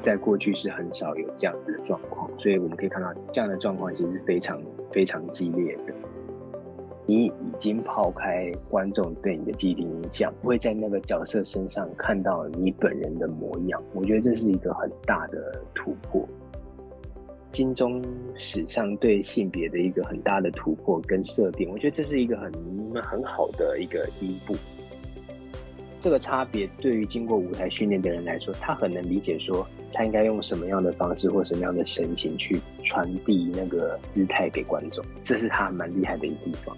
在过去是很少有这样子的状况，所以我们可以看到这样的状况其实是非常非常激烈的。你已经抛开观众对你的既定印象，会在那个角色身上看到你本人的模样，我觉得这是一个很大的突破。金钟史上对性别的一个很大的突破跟设定，我觉得这是一个很好的一个第一步。这个差别对于经过舞台训练的人来说，他很能理解说他应该用什么样的方式或什么样的神情去传递那个姿态给观众，这是他蛮厉害的一个地方。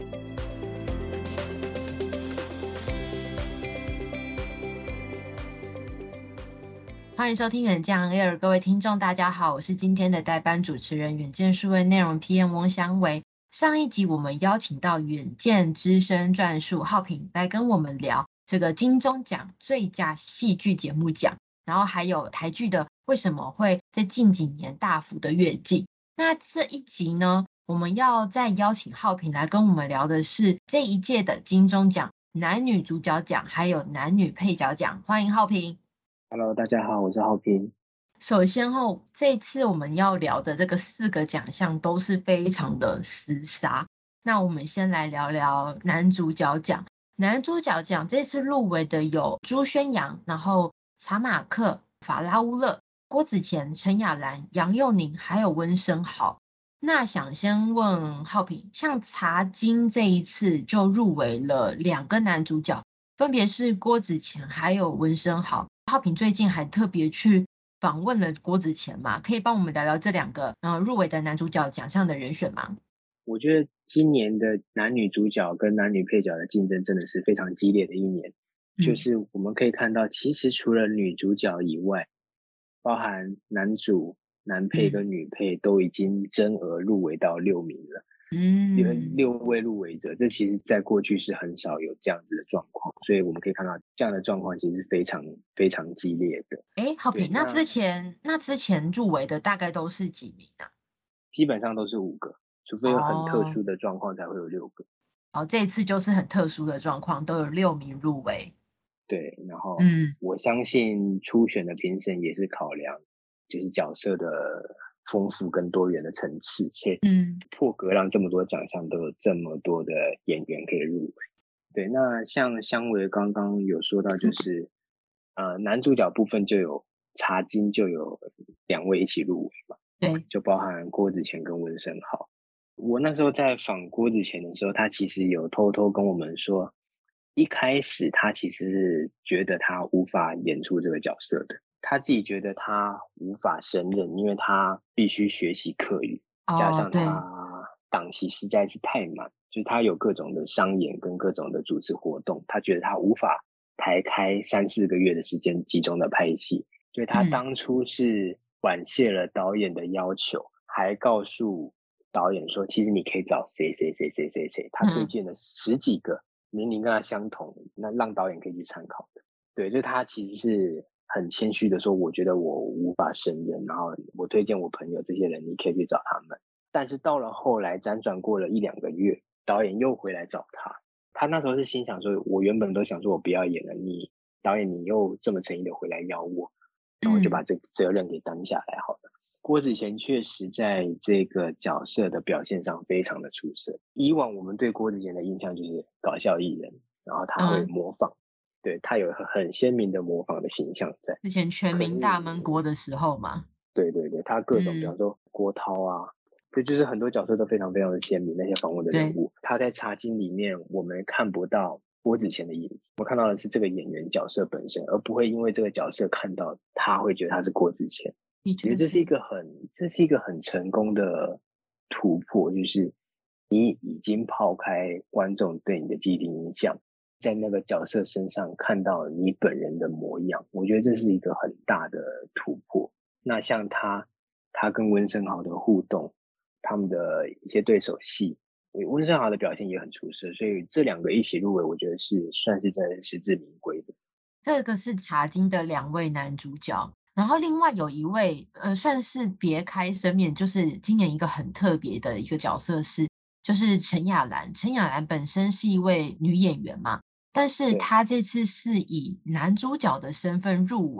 欢迎收听远见 Air， 各位听众大家好，我是今天的代班主持人远见数位内容 PM 翁香维。上一集我们邀请到远见资深撰述浩平来跟我们聊这个金钟奖最佳戏剧节目奖，然后还有台剧的为什么会在近几年大幅的跃进。那这一集呢，我们要再邀请浩平来跟我们聊的是这一届的金钟奖男女主角奖还有男女配角奖。欢迎浩平。 Hello， 大家好，我是浩平。 首先这次我们要聊的这个4个奖项都是非常的厮杀。那我们先来聊聊男主角奖。男主角奖这次入围的有朱宣阳，然后查马克、法拉乌勒、郭子乾、陈亚兰、杨佑宁还有温升豪。那想先问浩平，像茶金这一次就入围了2个男主角，分别是郭子乾还有温升豪。浩平最近还特别去访问了郭子乾嘛，可以帮我们聊聊这2个入围的男主角奖项的人选吗？ 我觉得今年的男女主角跟男女配角的竞争真的是非常激烈的一年。就是我们可以看到，其实除了女主角以外，包含男主、男配跟女配都已经真额入围到6名了。6位入围者，这其实在过去是很少有这样子的状况，所以我们可以看到这样的状况其实是非常非常激烈的。 浩平，那之前入围的大概都是几名啊？ 基本上都是5个，除非有很特殊的状况才会有6个。 这一次就是很特殊的状况，都有6名入围。 对，然后我相信初选的评审也是考量就是角色的丰富跟多元的层次，且破格让这么多奖项都有这么多的演员可以入围。对，那像香维刚刚有说到，就是男主角部分就有茶金就有2位一起入围嘛， 对， 就包含郭子乾跟温升豪。我那时候在访郭子乾的时候，他其实有偷偷跟我们说，一开始他其实是觉得他无法演出这个角色的，他自己觉得他无法胜任，因为他必须学习客语，加上他档期实在是太满，就是他有各种的商演跟各种的主持活动，他觉得他无法排开3-4个月的时间集中的拍戏，所以他当初是婉谢了导演的要求，还告诉导演说，其实你可以找谁，他推荐了10几个年龄跟他相同，那让导演可以去参考的。对，就他其实是很谦虚的说，我觉得我无法胜任，然后我推荐我朋友这些人，你可以去找他们。但是到了后来辗转过了1-2个月，导演又回来找他，他那时候是心想说，我原本都想说我不要演了，导演你又这么诚意的回来邀我，然后我就把这责任给担下来好了。郭子乾确实在这个角色的表现上非常的出色。以往我们对郭子乾的印象就是搞笑艺人，然后他会模仿，对，他有很鲜明的模仿的形象在。 之前全民大闷锅的时候嘛， 对，他各种比方说郭涛啊，就是很多角色都非常非常的鲜明，那些访问的人物。他在茶金里面我们看不到郭子乾的影子，我看到的是这个演员角色本身，而不会因为这个角色看到他会觉得他是郭子乾。我觉得这是一个很成功的突破，就是你已经抛开观众对你的既定印象，在那个角色身上看到你本人的模样，我觉得这是一个很大的突破。那像他跟温升豪的互动，他们的一些对手戏，温升豪的表现也很出色，所以这2个一起入围，我觉得算是真的实至名归的。 这个是茶金的2位男主角。然后另外有一位算是别开生面，就是今年一个很特别的一个角色就是陈亚兰。陈亚兰本身是一位女演员嘛，但是她这次是以男主角的身份入围。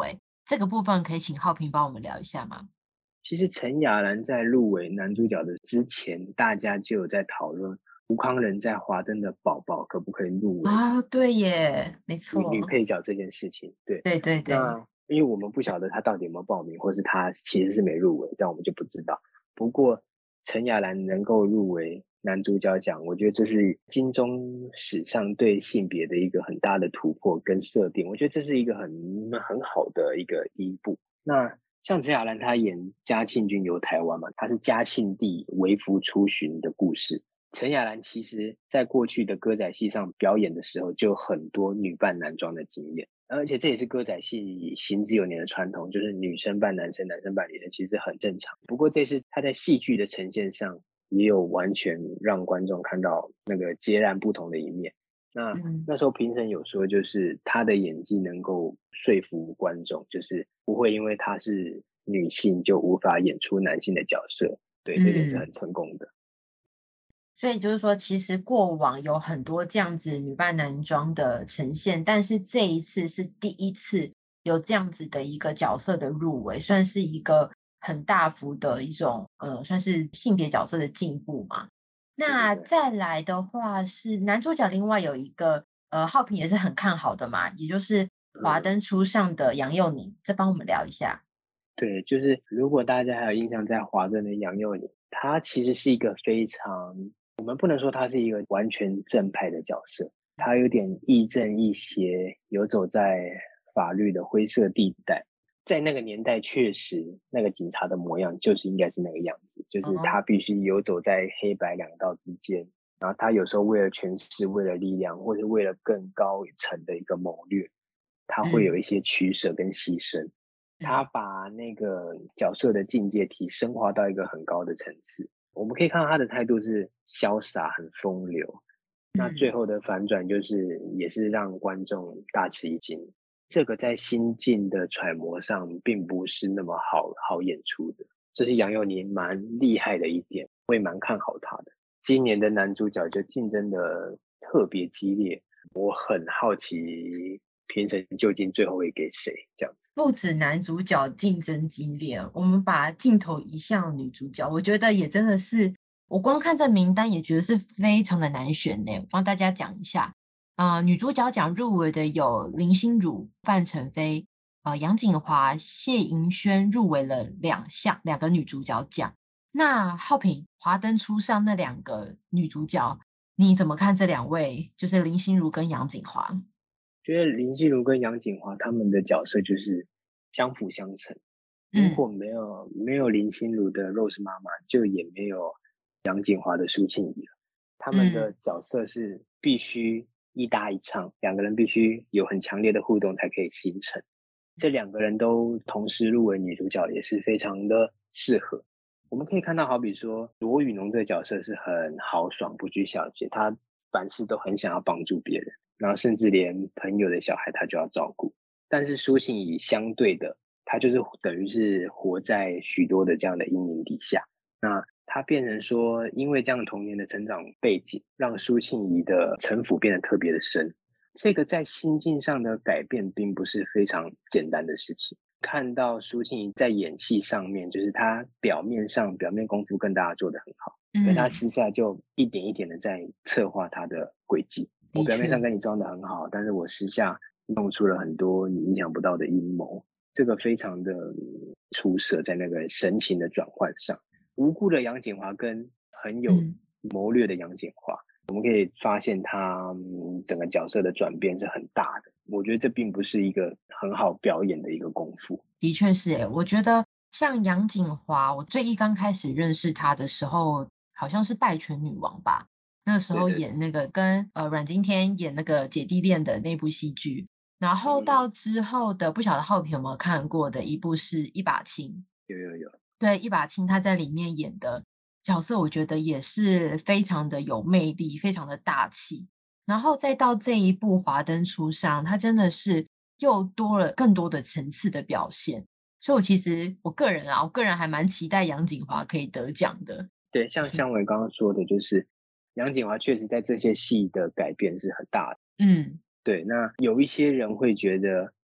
这个部分可以请浩平帮我们聊一下吗？ 其实陈雅兰在入围男主角的之前，大家就有在讨论吴康仁在华灯的宝宝可不可以入围啊，对耶，没女错， 配角这件事情。对， 对对对， 那因为我们不晓得他到底有没有报名，或是他其实是没入围，但我们就不知道。不过陈雅兰能够入围男主角奖，我觉得这是金钟史上对性别的一个很大的突破跟设定，我觉得这是一个很好的一个第一步。那像陈雅兰她演嘉庆君游台湾嘛，她是嘉庆帝微服出巡的故事。陈雅兰其实在过去的歌仔戏上表演的时候，就有很多女扮男装的经验，而且这也是歌仔戏行之有年的传统，就是女生扮男生，男生扮女生，其实很正常。不过这次她在戏剧的呈现上，也有完全让观众看到那个截然不同的一面。那时候评审有说，就是她的演技能够说服观众，就是不会因为她是女性就无法演出男性的角色。对，这点是很成功的。 所以就是说，其实过往有很多这样子女扮男装的呈现，但是这一次是第一次有这样子的一个角色的入围，算是一个很大幅的一种算是性别角色的进步嘛。那对对对。 再来的话是男主角，另外有一个浩平也是很看好的嘛，也就是华灯初上的杨佑宁，再帮我们聊一下。 对，就是如果大家还有印象，在华灯的杨佑宁，他其实是一个非常，我们不能说他是一个完全正派的角色，他有点亦正亦邪，游走在法律的灰色地带。在那个年代，确实那个警察的模样就是应该是那个样子，就是哦， 他必须游走在黑白两道之间，然后他有时候为了权势、为了力量，或是为了更高层的一个谋略，他会有嗯一些取舍跟牺牲。他嗯把那个角色的境界提升华到一个很高的层次。我们可以看到他的态度是潇洒、很风流。那最嗯。 后的反转就是，也是让观众大吃一惊。这个在心境的揣摩上，并不是那么好演出的。这是杨佑宁蛮厉害的一点，我也蛮看好他的。今年的男主角就竞争的特别激烈，我很好奇评审究竟最后会给谁这样子。 不止男主角竞争激烈，我们把镜头移向女主角，我觉得也真的是，我光看这名单也觉得是非常的难选呢。我帮大家讲一下，女主角奖入围的有林心如、范丞丞、杨谨华、谢盈萱入围了两个女主角奖。那浩平，华灯初上那两个女主角，你怎么看这两位？就是林心如跟杨谨华。 觉得林心如跟杨谨华他们的角色就是相辅相成。如嗯果没有林心如的 Rose 妈妈，就也没有杨谨华的苏庆仪了。他们的嗯角色是必须一搭一唱，两个人必须有很强烈的互动才可以形成。这两个人都同时入围女主角，也是非常的适合。我们可以看到，好比说罗宇农这个角色是很豪爽、不拘小节，他凡事都很想要帮助别人，然后甚至连朋友的小孩他就要照顾。但是苏信仪相对的，他就是等于是活在许多的这样的阴影底下。那他变成说，因为这样童年的成长背景，让苏庆仪的城府变得特别的深。这个在心境上的改变，并不是非常简单的事情。看到苏庆仪在演戏上面，就是她表面功夫跟大家做得很好，可是她嗯， 私下就一点一点的在策划她的轨迹。我表面的确。 上跟你装得很好，但是我私下弄出了很多你意想不到的阴谋，这个非常的出色，在那个神情的转换上。无辜的杨谨华跟很有嗯， 谋略的杨谨华，我们可以发现他整个角色的转变是很大的。我觉得这并不是一个很好表演的一个功夫。 的确是诶，我觉得像杨谨华，我最一刚开始认识她的时候，好像是《拜权女王》吧，那时候对对对。 演那个跟阮经天演那个姐弟恋的那部戏剧，然后到之后的不晓得浩平有没有看过的一部是《一把青》， 有有有。 对，《一把青》她在里面演的角色，我觉得也是非常的有魅力，非常的大气。然后再到这一部《华灯初上》，它真的是又多了更多的层次的表现。所以我个人啊，我个人还蛮期待杨谨华可以得奖的。 对，像香伟刚刚说的，就是杨谨华确实在这些戏的改变是很大的。 嗯对，那有一些人会觉得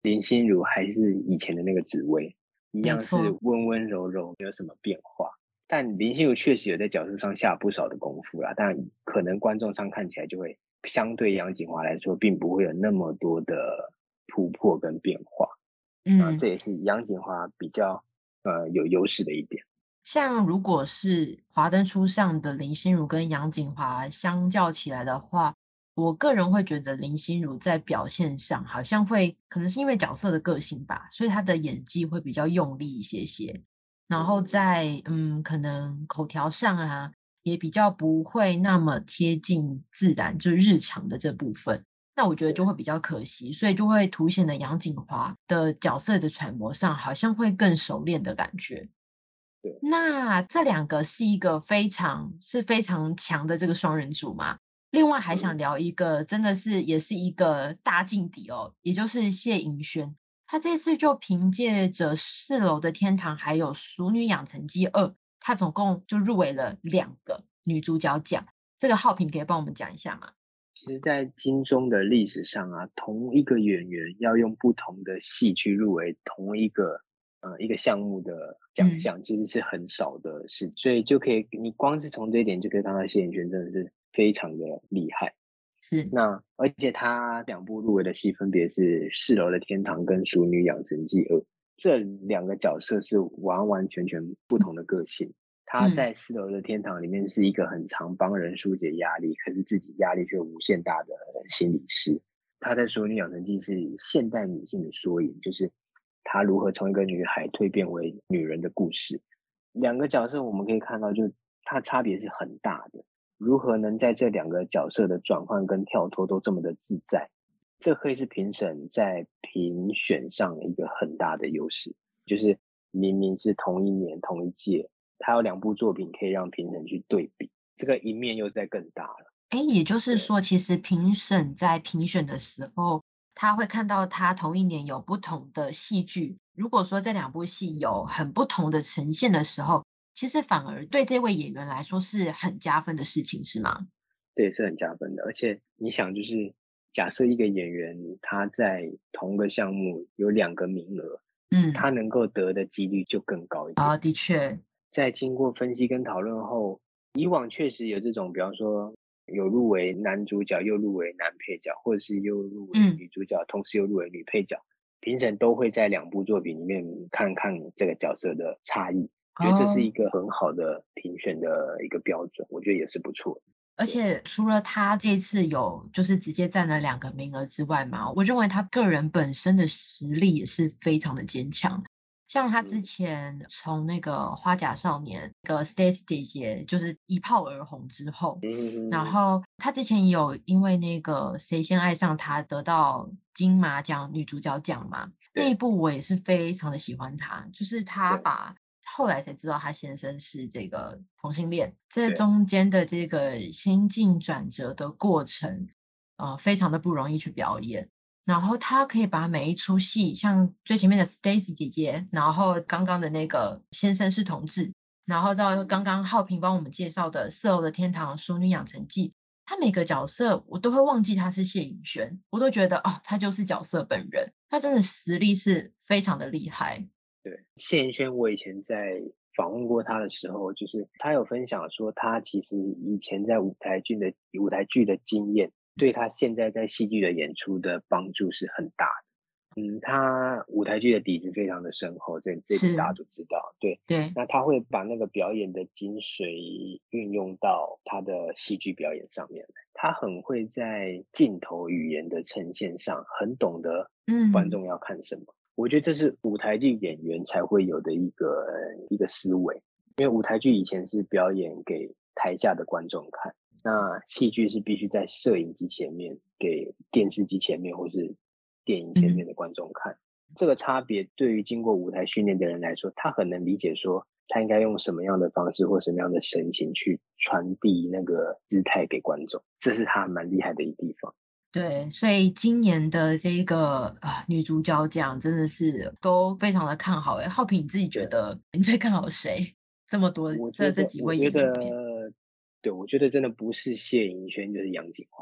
林心如还是以前的那个紫薇，一样是没错。 温温柔柔，没有什么变化。但林心如确实有在角色上下不少的功夫啦，但可能观众上看起来就会相对杨谨华来说，并不会有那么多的突破跟变化。这也是杨谨华比较有优势的一点。 像如果是《华灯初上》的林心如跟杨谨华相较起来的话，我个人会觉得林心如在表现上好像会，可能是因为角色的个性吧，所以她的演技会比较用力一些些。然后在可能口条上啊，也比较不会那么贴近自然，就是日常的这部分。那我觉得就会比较可惜，所以就会凸显了杨谨华的角色的揣摩上好像会更熟练的感觉。 对， 那这两个是一个非常强的这个双人组嘛。另外还想聊一个真的是也是一个大劲敌哦，也就是谢盈萱。她这次就凭借着《4楼的天堂》还有《俗女养成记2》，她总共就入围了2个女主角奖。这个浩平可以帮我们讲一下吗？ 其实，在金钟的历史上啊，同一个演员要用不同的戏去入围同一个项目的奖项，其实是很少的事，所以就可以，你光是从这一点就可以看到谢盈萱真的是非常的厉害。 是。 那而且他2部入围的戏分别是《4楼的天堂》跟《熟女养成记2》，这2个角色是完完全全不同的个性。他在4楼的天堂里面是一个很常帮人疏解压力，可是自己压力却无限大的心理师。他在《熟女养成记》是现代女性的缩影，就是她如何从一个女孩蜕变为女人的故事。2个角色我们可以看到，就它差别是很大的。如何能在这2个角色的转换跟跳脱都这么的自在，这可以是评审在评选上一个很大的优势。就是明明是同一年同一届，他有2部作品可以让评审去对比，这个赢面又再更大了。 也就是说，其实评审在评选的时候，他会看到他同一年有不同的戏剧。如果说这2部戏有很不同的呈现的时候，其实反而对这位演员来说是很加分的事情，是吗？ 对，是很加分的。而且你想，就是假设一个演员他在同个项目有2个名额，他能够得的几率就更高一点。 的确。 在经过分析跟讨论后，以往确实有这种，比方说有入围男主角又入围男配角，或者是又入围女主角，同时又入围女配角，评审都会在2部作品里面看看这个角色的差异，觉得这是一个很好的评选的一个标准，我觉得也是不错的。 而且除了他这次有就是直接占了2个名额之外嘛，我认为他个人本身的实力也是非常的坚强。像他之前从那个花甲少年那个 Stacy 姐姐就是一炮而红之后，然后他之前有因为那个谁先爱上他得到金马奖女主角奖嘛，那一部我也是非常的喜欢他，就是他把后来才知道他先生是这个同性恋，这中间的这个心境转折的过程，非常的不容易去表演。然后他可以把每一出戏，像最前面的 Stacy 姐姐，然后刚刚的那个先生是同志，然后到刚刚浩平帮我们介绍的4楼的天堂淑女养成记，他每个角色我都会忘记他是谢盈萱，我都觉得他就是角色本人，他真的实力是非常的厉害。 对，谢盈萱，我以前在访问过他的时候，就是他有分享说，他其实以前在舞台剧的经验，对他现在在戏剧的演出的帮助是很大的。他舞台剧的底子非常的深厚，这点大家都知道。对，那他会把那个表演的精髓运用到他的戏剧表演上面来。他很会在镜头语言的呈现上，很懂得观众要看什么。我觉得这是舞台剧演员才会有的一个思维，因为舞台剧以前是表演给台下的观众看，那戏剧是必须在摄影机前面给电视机前面或是电影前面的观众看。这个差别对于经过舞台训练的人来说，他很能理解说他应该用什么样的方式或什么样的神情去传递那个姿态给观众，这是他蛮厉害的一地方。 对，所以今年的这个女主角奖真的是都非常的看好。浩平，你自己觉得你最看好谁？这么多这几位演员里面， 对，我觉得真的不是谢盈萱就是杨谨华。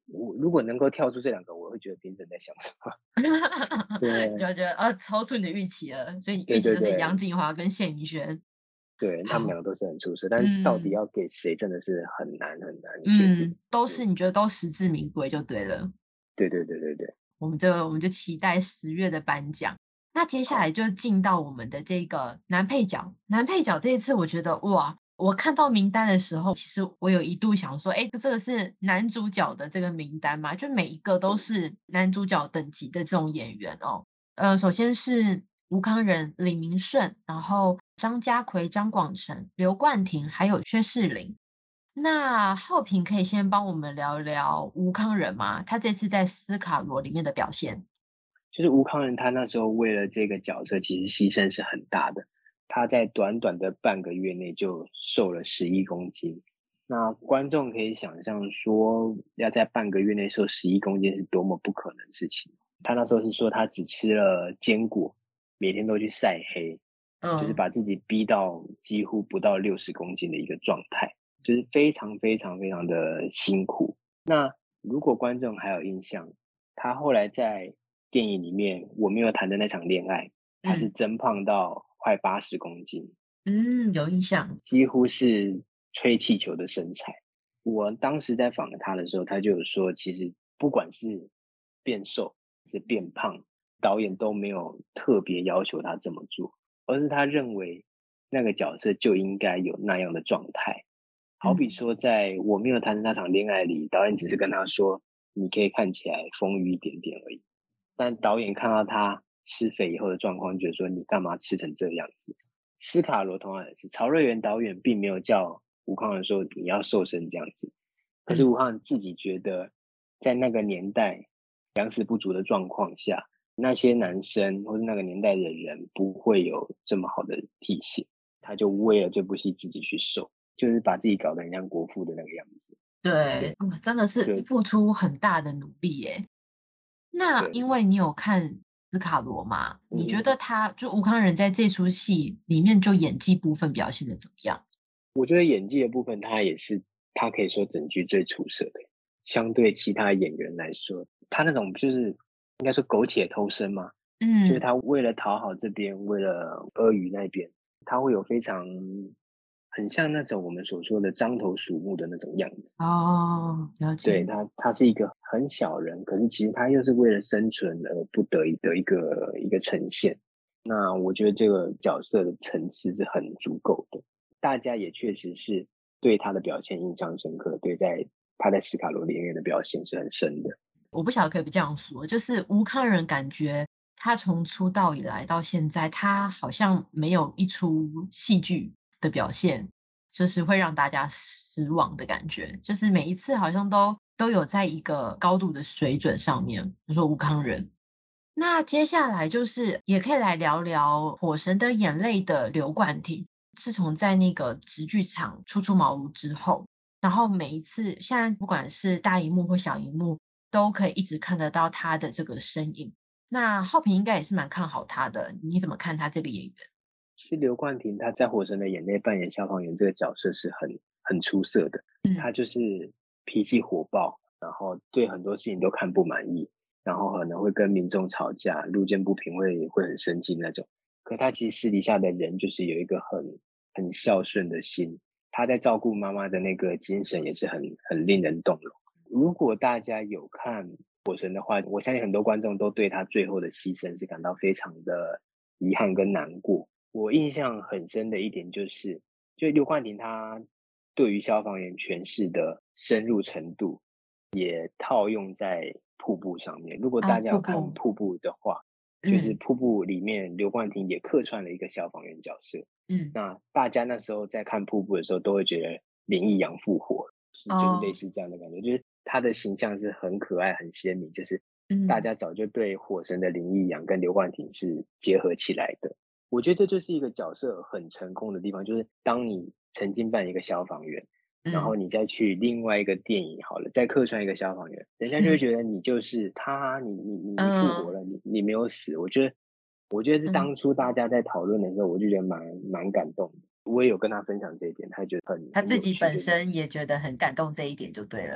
我如果能够跳出这两个，我会觉得评审在想什么。 就对觉得超出你的预期了，所以你预对期就是杨对对谨华跟谢盈萱。 对，他们两好， 个都是很出色，但到底嗯要给谁，真的是很难很难决定。 都是嗯， 你觉得都实至名归就对了。 对对对对对， 我们就期待10月的颁奖。那接下来好， 就进到我们的这个男配角。男配角这一次，我觉得哇，我看到名单的时候，其实我有一度想说，哎，这个是男主角的这个名单吗？就每一个都是男主角等级的这种演员哦。首先是吴康仁、李明顺，然后张家奎、张广成、刘冠廷，还有薛仕凌。那浩平可以先帮我们聊聊吴康仁吗？他这次在斯卡罗里面的表现。 就是吴康仁他那时候为了这个角色，其实牺牲是很大的。他在短短的半个月内就瘦了11公斤。那观众可以想象说，要在半个月内瘦11公斤是多么不可能的事情。他那时候是说他只吃了坚果，每天都去晒黑，就是嗯把自己逼到几乎不到60公斤的一个状态，就是非常非常非常的辛苦。那如果观众还有印象，他后来在电影里面我没有谈的那场恋爱，他是嗯增胖到快80公斤， 有印象。 几乎是吹气球的身材。我当时在访他的时候，他就有说，其实不管是变瘦是变胖，导演都没有特别要求他这么做，而是他认为那个角色就应该有那样的状态。好比嗯说，在我没有谈的那场恋爱里，导演只是跟他说，你可以看起来丰腴一点点而已。但导演看到他吃肥以后的状况，觉得说你干嘛吃成这样子？斯卡罗同样也是，曹瑞元导演并没有叫吴康仁说你要瘦身这样子，可是嗯吴康仁自己觉得，在那个年代粮食不足的状况下，那些男生或是那个年代的人不会有这么好的体型，他就为了这部戏自己去瘦，就是把自己搞得很像国父的那个样子。 对， 对真的是对付出很大的努力耶。那对， 因为你有看斯卡罗嘛，你觉嗯， 得他就吴康仁在这出戏里面就演技部分表现的怎么样？ 我觉得演技的部分，他也是他可以说整剧最出色的。相对其他演员来说，他那种就是应该说苟且偷生嘛，就是嗯， 他为了讨好这边，为了阿谀那边，他会有非常很像那种我们所说的獐头鼠目的那种样子。 哦，了对， 解。 他是一个很小人，可是其实他又是为了生存而不得已的一个呈现。那我觉得这个角色的层次是很足够的，大家也确实是对他的表现印象深刻，对他在斯卡罗里面的表现是很深的。 我不晓得可不可以这样说，就是吴康仁感觉他从出道以来到现在，他好像没有一出戏剧的表现，就是会让大家失望的感觉。就是每一次好像都有在一个高度的水准上面。比如说吴康仁，那接下来就是也可以来聊聊《火神的眼泪》的刘冠廷。自从在那个直剧场初出茅庐之后，然后每一次现在不管是大荧幕或小荧幕，都可以一直看得到他的这个身影。那浩平应该也是蛮看好他的，你怎么看他这个演员？ 其实刘冠廷他在《火神的眼泪》扮演消防员这个角色是很出色的， 嗯， 他就是脾气火爆，然后对很多事情都看不满意，然后可能会跟民众吵架，路见不平会很生气那种。可他其实私底下的人就是有一个很孝顺的心，他在照顾妈妈的那个精神也是很令人动容。如果大家有看《火神》的话，我相信很多观众都对他最后的牺牲是感到非常的遗憾跟难过。我印象很深的一点就是，就刘冠廷他对于消防员诠释的深入程度，也套用在瀑布上面。如果啊， 大家有看瀑布， 瀑布的话，就是嗯瀑布里面刘冠廷也客串了一个消防员角色。 嗯， 那大家那时候在看瀑布的时候，都会觉得林义阳复活了，就是类哦， 似这样的感觉，就是他的形象是很可爱、很鲜明，就是大嗯家早就对火神的林义阳跟刘冠廷是结合起来的。我觉得这就是一个角色很成功的地方，就是当你曾经扮一个消防员，然后嗯你再去另外一个电影好了，再客串一个消防员，人家就会觉得你就是他，你复活嗯了，你没有死。我觉得是嗯， 当初大家在讨论的时候，我就觉得蛮感动的。我也有跟他分享这一点，他觉得很他自己很有趣，就是本身也觉得很感动这一点就对了。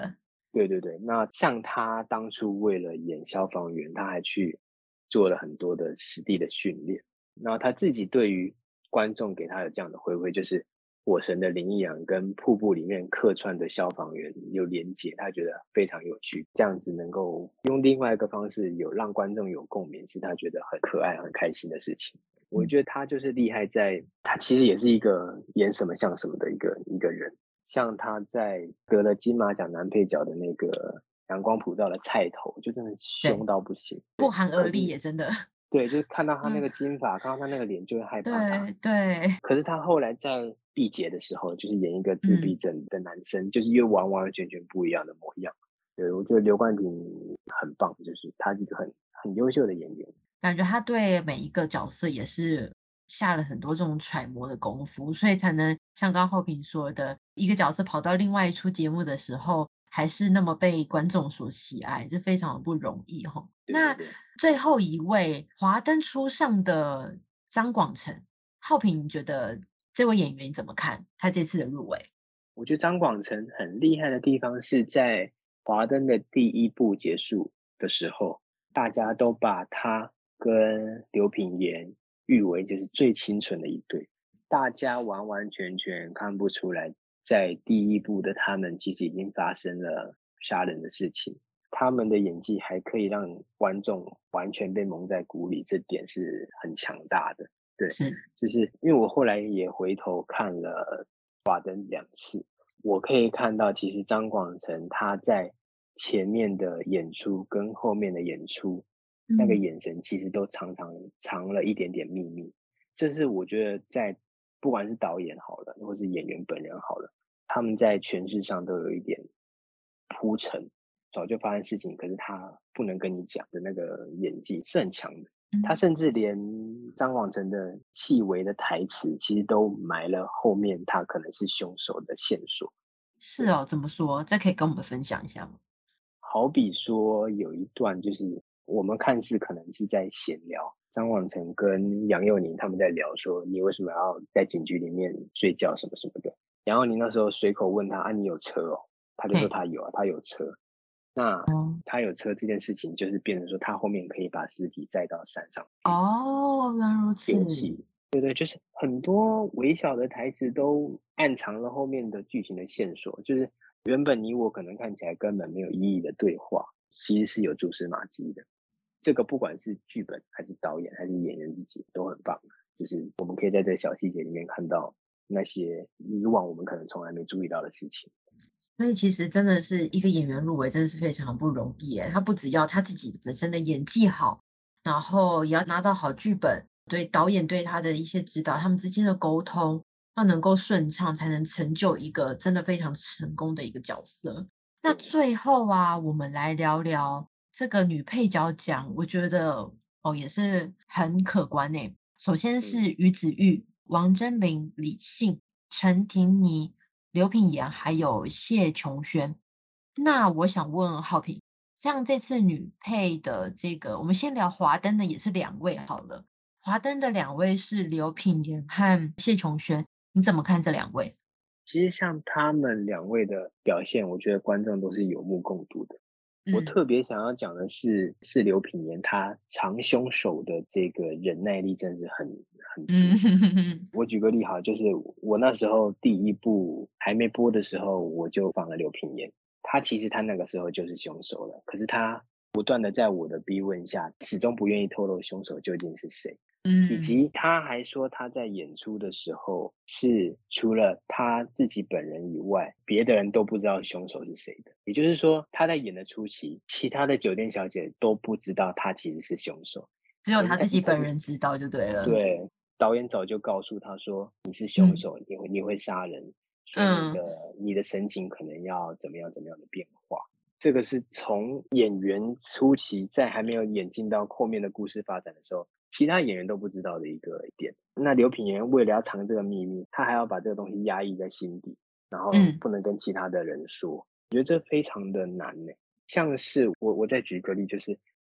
对对对，那像他当初为了演消防员，他还去做了很多的实地的训练。然后他自己对于观众给他的这样的回馈，就是火神的林义阳跟瀑布里面客串的消防员有连结，他觉得非常有趣。这样子能够用另外一个方式有让观众有共鸣，是他觉得很可爱、很开心的事情。我觉得他就是厉害在，他其实也是一个演什么像什么的一个人。像他在得了金马奖男配角的那个《阳光普照》的菜头，就真的凶对， 到不行。 不对，可是寒而栗耶，真的。 对，就是看到他那嗯， 个金发，看到他那个脸就会害怕他。 对对， 可是他后来在毕节的时候，就是演一个自闭嗯。 症的男生，就是又完完全全不一样的模样。对，我觉得刘冠廷很棒，就是他是一个很优秀的演员。 感觉他对每一个角色也是下了很多这种揣摩的功夫，所以才能像刚刚浩平说的，一个角色跑到另外一出节目的时候，还是那么被观众所喜爱，这非常的不容易哈。那对对对， 最后一位华灯初上的张广成，浩平，你觉得这位演员你怎么看他这次的入围？ 我觉得张广成很厉害的地方是在华灯的第一部结束的时候，大家都把他跟刘品言誉为就是最清纯的一对，大家完完全全看不出来，在第一部的他们其实已经发生了杀人的事情，他们的演技还可以让观众完全被蒙在鼓里，这点是很强大的。对， 是， 就是因为我后来也回头看了《华灯》2次，我可以看到其实张广成他在前面的演出跟后面的演出，那个嗯， 眼神其实都常常藏了一点点秘密。这是我觉得在不管是导演好了，或是演员本人好了，他们在诠释上都有一点铺陈，早就发生事情，可是他不能跟你讲的那个演技是很强的。他嗯， 甚至连张广成的细微的台词，其实都埋了后面他可能是凶手的线索。对， 是哦，怎么说？这可以跟我们分享一下吗？ 好比说有一段就是我们看似可能是在闲聊，张广成跟杨佑宁他们在聊说你为什么要在警局里面睡觉什么什么的。杨佑宁那时候随口问他啊你有车哦，他就说嘿， 他有啊，他有车。那哦。 他有车这件事情，就是变成说他后面可以把尸体载到山上哦，原来如此。 丢弃。对对，就是很多微小的台词都暗藏了后面的剧情的线索，就是原本你我可能看起来根本没有意义的对话，其实是有蛛丝马迹的。这个不管是剧本还是导演还是演员自己都很棒，就是我们可以在这小细节里面看到那些以往我们可能从来没注意到的事情。 所以其实真的是一个演员入围，真的是非常不容易耶。他不只要他自己本身的演技好，然后也要拿到好剧本，对导演对他的一些指导，他们之间的沟通要能够顺畅，才能成就一个真的非常成功的一个角色。那对， 最后啊，我们来聊聊这个女配角奖，我觉得哦也是很可观诶。首先嗯。 是于子玉、王真林、李信、陈婷妮。刘品言还有谢琼轩。那我想问浩平，像这次女配的这个，我们先聊华灯的也是两位好了。华灯的两位是刘品言和谢琼轩，你怎么看这两位？ 其实像他们两位的表现，我觉得观众都是有目共睹的。我嗯特别想要讲的是刘品言，他藏凶手的这个忍耐力真的是很嗯， 足。我举个例哈，就是我那时候第一部还没播的时候，我就放了刘品言，他其实那个时候就是凶手了，可是他不断的在我的逼问下，始终不愿意透露凶手究竟是谁。以嗯， 及他还说他在演出的时候是除了他自己本人以外，别的人都不知道凶手是谁的。也就是说，他在演的初期，其他的酒店小姐都不知道他其实是凶手。 只有他自己本但是人知道就对了。 对，导演早就告诉他说你是凶嗯手，你会杀人，所以你嗯， 的你的神情可能要怎么样怎么样的变化。这个是从演员初期在还没有演进到后面的故事发展的时候，其他演员都不知道的一个点。那刘品言为了要藏这个秘密，他还要把这个东西压抑在心底，然后嗯不能跟其他的人说，我觉得这非常的难呢。像是我再举一个例，就是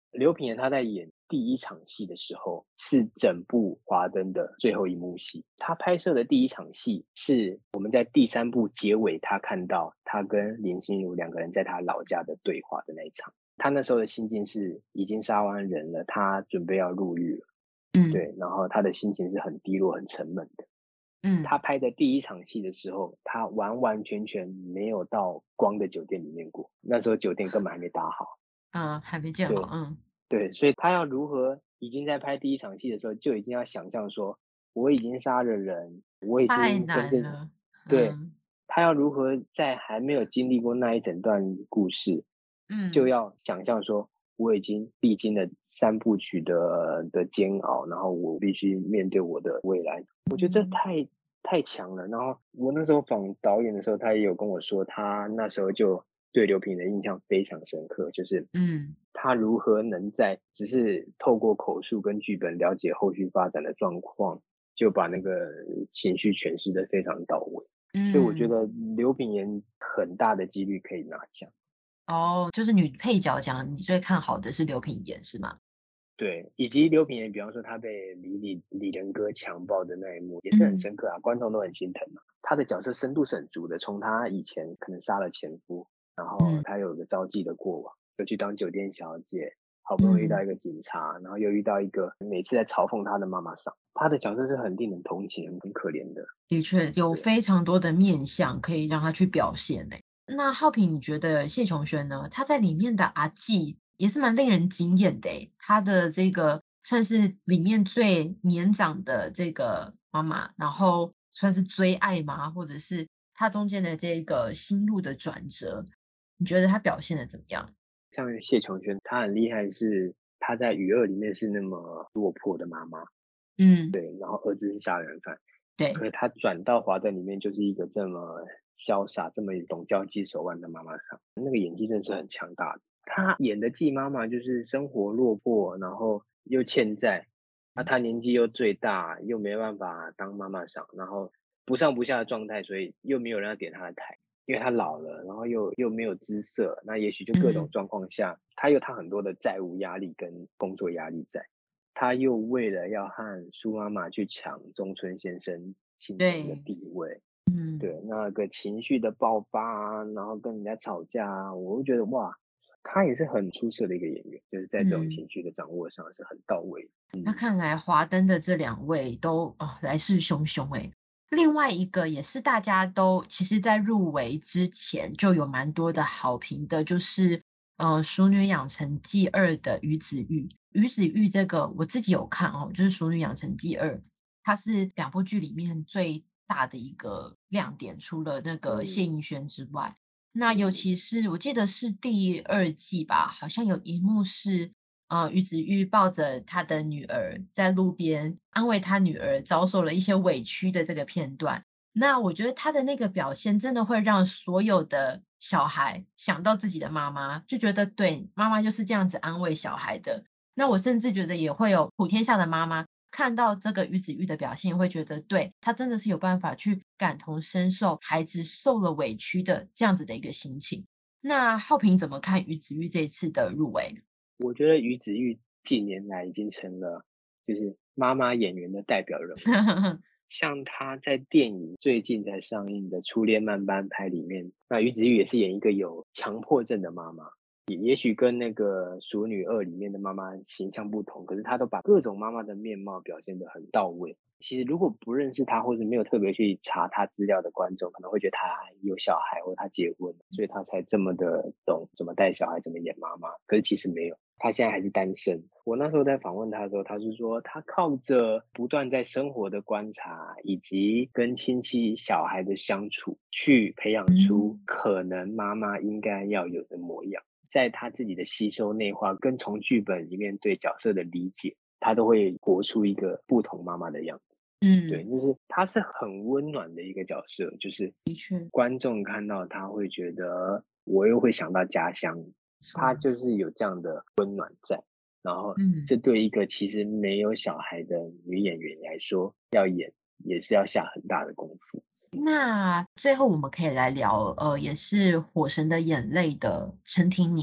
刘品言他在演第一场戏的时候，是整部《华灯》的最后一幕戏。他拍摄的第一场戏是我们在第三部结尾，他看到他跟林心如两个人在他老家的对话的那一场。他那时候的心境是已经杀完人了，他准备要入狱了， 嗯对，然后他的心情是很低落、很沉闷的。他嗯拍的第一场戏的时候，他完完全全没有到光的酒店里面过，那时候酒店根本还没搭好。 还没建好， 对，对，所以他要如何已经在拍第一场戏的时候，就已经要想象说，我已经杀了人，我已太经跟这难了， 对， 嗯他要如何在还没有经历过那一整段故事，就嗯要想象说，我已经历经了3部曲的煎熬，然后我必须面对我的未来。我觉得这嗯太强了。然后我那时候访导演的时候，他也有跟我说，他那时候就对刘品的印象非常深刻，就是嗯他如何能在只是透过口述跟剧本了解后续发展的状况，就把那个情绪诠释的非常到位。所以我觉嗯， 得刘品言很大的几率可以拿奖。 哦，就是女配角奖，你最看好的是刘品言是吗？ 对，以及刘品言，比方说他被李仁哥强暴的那一幕，也是很嗯深刻啊，观众都很心疼嘛。他的角色深度是很足的，从他以前可能杀了前夫，然后嗯他有个招妓的过往，又去当酒店小姐，好不容易遇到嗯， 一个警察，然后又遇到一个每次在嘲讽他的妈妈桑，他的角色是很令人同情、很可怜的。 的确有对， 非常多的面向可以让他去表现诶。那浩平，你觉得谢琼轩呢？他在里面的阿纪也是蛮令人惊艳的诶，他的这个算是里面最年长的这个妈妈，然后算是追爱吗？或者是他中间的这个心路的转折，你觉得他表现的怎么样？ 像谢琼轩，她很厉害是，她在《雨二》里面是那么落魄的妈妈， 嗯， 对，然后儿子是杀人犯，可对， 是她转到华灯里面就是一个这么潇洒、这么懂交际手腕的妈妈桑，那个演技真的是很强大的。她演的季妈妈就是生活落魄，然后又欠债，她年纪又最大，又没办法当妈妈桑，然后不上不下的状态，所以又没有人要点她的台。因为他老了，然后又没有姿色，那也许就各种嗯， 状况下，他有他很多的债务压力跟工作压力在，他又为了要和苏妈妈去抢中村先生心中的对， 地位， 嗯。 对那个情绪的爆发啊，然后跟人家吵架啊，我会觉得哇，他也是很出色的一个演员，就是在这种嗯， 情绪的掌握上是很到位的。 那看来华灯的这两位都来势汹汹诶。另外一个也是大家都其实在入围之前就有蛮多的好评的，就是《熟女养成记二》的于子玉。于子玉这个我自己有看哦，就是《熟女养成记二》，它是两部剧里面最大的一个亮点，除了那个谢嗯盈萱之外，那尤嗯其是我记得是第二季吧，好像有一幕是于子玉抱着他的女儿在路边安慰他女儿遭受了一些委屈的这个片段。那我觉得他的那个表现真的会让所有的小孩想到自己的妈妈，就觉得对，妈妈就是这样子安慰小孩的。那我甚至觉得也会有普天下的妈妈看到这个于子玉的表现，会觉得对，他真的是有办法去感同身受孩子受了委屈的这样子的一个心情。那浩平怎么看于子玉这一次的入围？ 我觉得于子玉近年来已经成了就是妈妈演员的代表人物。像她在电影最近才上映的《初恋慢半拍》里面，那于子玉也是演一个有强迫症的妈妈，也许跟那个《熟女二》里面的妈妈形象不同，可是她都把各种妈妈的面貌表现得很到位。其实如果不认识她，或者没有特别去查她资料的观众，可能会觉得她有小孩或她结婚，所以她才这么的懂怎么带小孩，怎么演妈妈。可是其实没有，她现在还是单身。我那时候在访问她的时候，她是说她靠着不断在生活的观察，以及跟亲戚小孩的相处，去培养出嗯， 可能妈妈应该要有的模样。在他自己的吸收内化，跟从剧本里面对角色的理解，他都会活出一个不同妈妈的样子。对， 嗯， 就是他是很温暖的一个角色，就是的确，没观众看到他会觉得我又会想到家乡，他错， 就是有这样的温暖在。然后， 嗯。 这对一个其实没有小孩的女演员来说，要演也是要下很大的功夫。 那最后我们可以来聊，也是《火神的眼泪》的陈婷妮。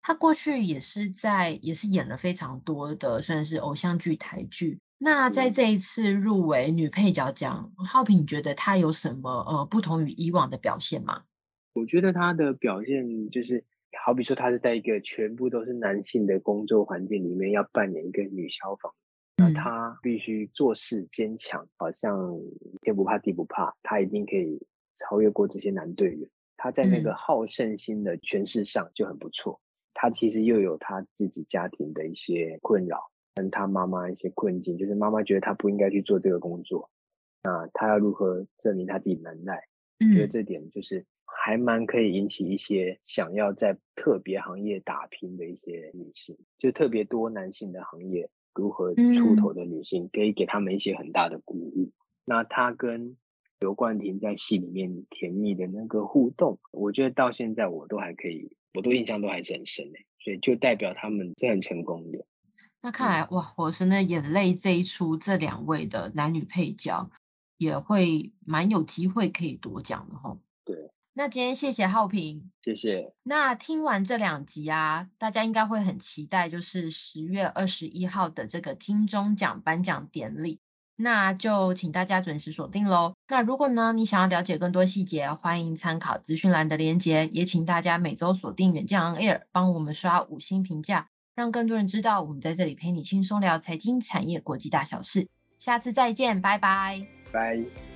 他过去也是演了非常多的算是偶像剧、台剧。那在这一次入围女配角奖，浩平你觉得他有什么不同于以往的表现吗？ 我觉得他的表现就是，好比说他是在一个全部都是男性的工作环境里面，要扮演一个女消防，那嗯他必须做事坚强，好像天不怕地不怕，他一定可以超越过这些男队员。他在那个嗯好胜心的诠释上就很不错。他其实又有他自己家庭的一些困扰，跟他妈妈一些困境，就是妈妈觉得他不应该去做这个工作，那他要如何证明他自己的能耐？我觉得嗯这点就是还蛮可以引起一些想要在特别行业打拼的一些女性，就特别多男性的行业如何出头嗯。 的女性，可以给他们一些很大的鼓舞。那他跟刘冠廷在戏里面甜蜜的那个互动，我觉得到现在我都还可以，我都印象都还是很深诶，所以就代表他们是很成功的。 那看来哇，《火神的眼泪》这一出，这两位的男女配角也会蛮有机会可以夺奖的吼。 对， 那今天谢谢浩平。 谢谢。 那听完这两集啊，大家应该会很期待，就是10月21号的这个金钟奖颁奖典礼。那就请大家准时锁定喽。那如果呢，你想要了解更多细节，欢迎参考资讯栏的连结，也请大家每周锁定远见 On Air，帮我们刷5星评价，让更多人知道我们在这里陪你轻松聊财经、产业、国际大小事。下次再见，拜拜。 拜。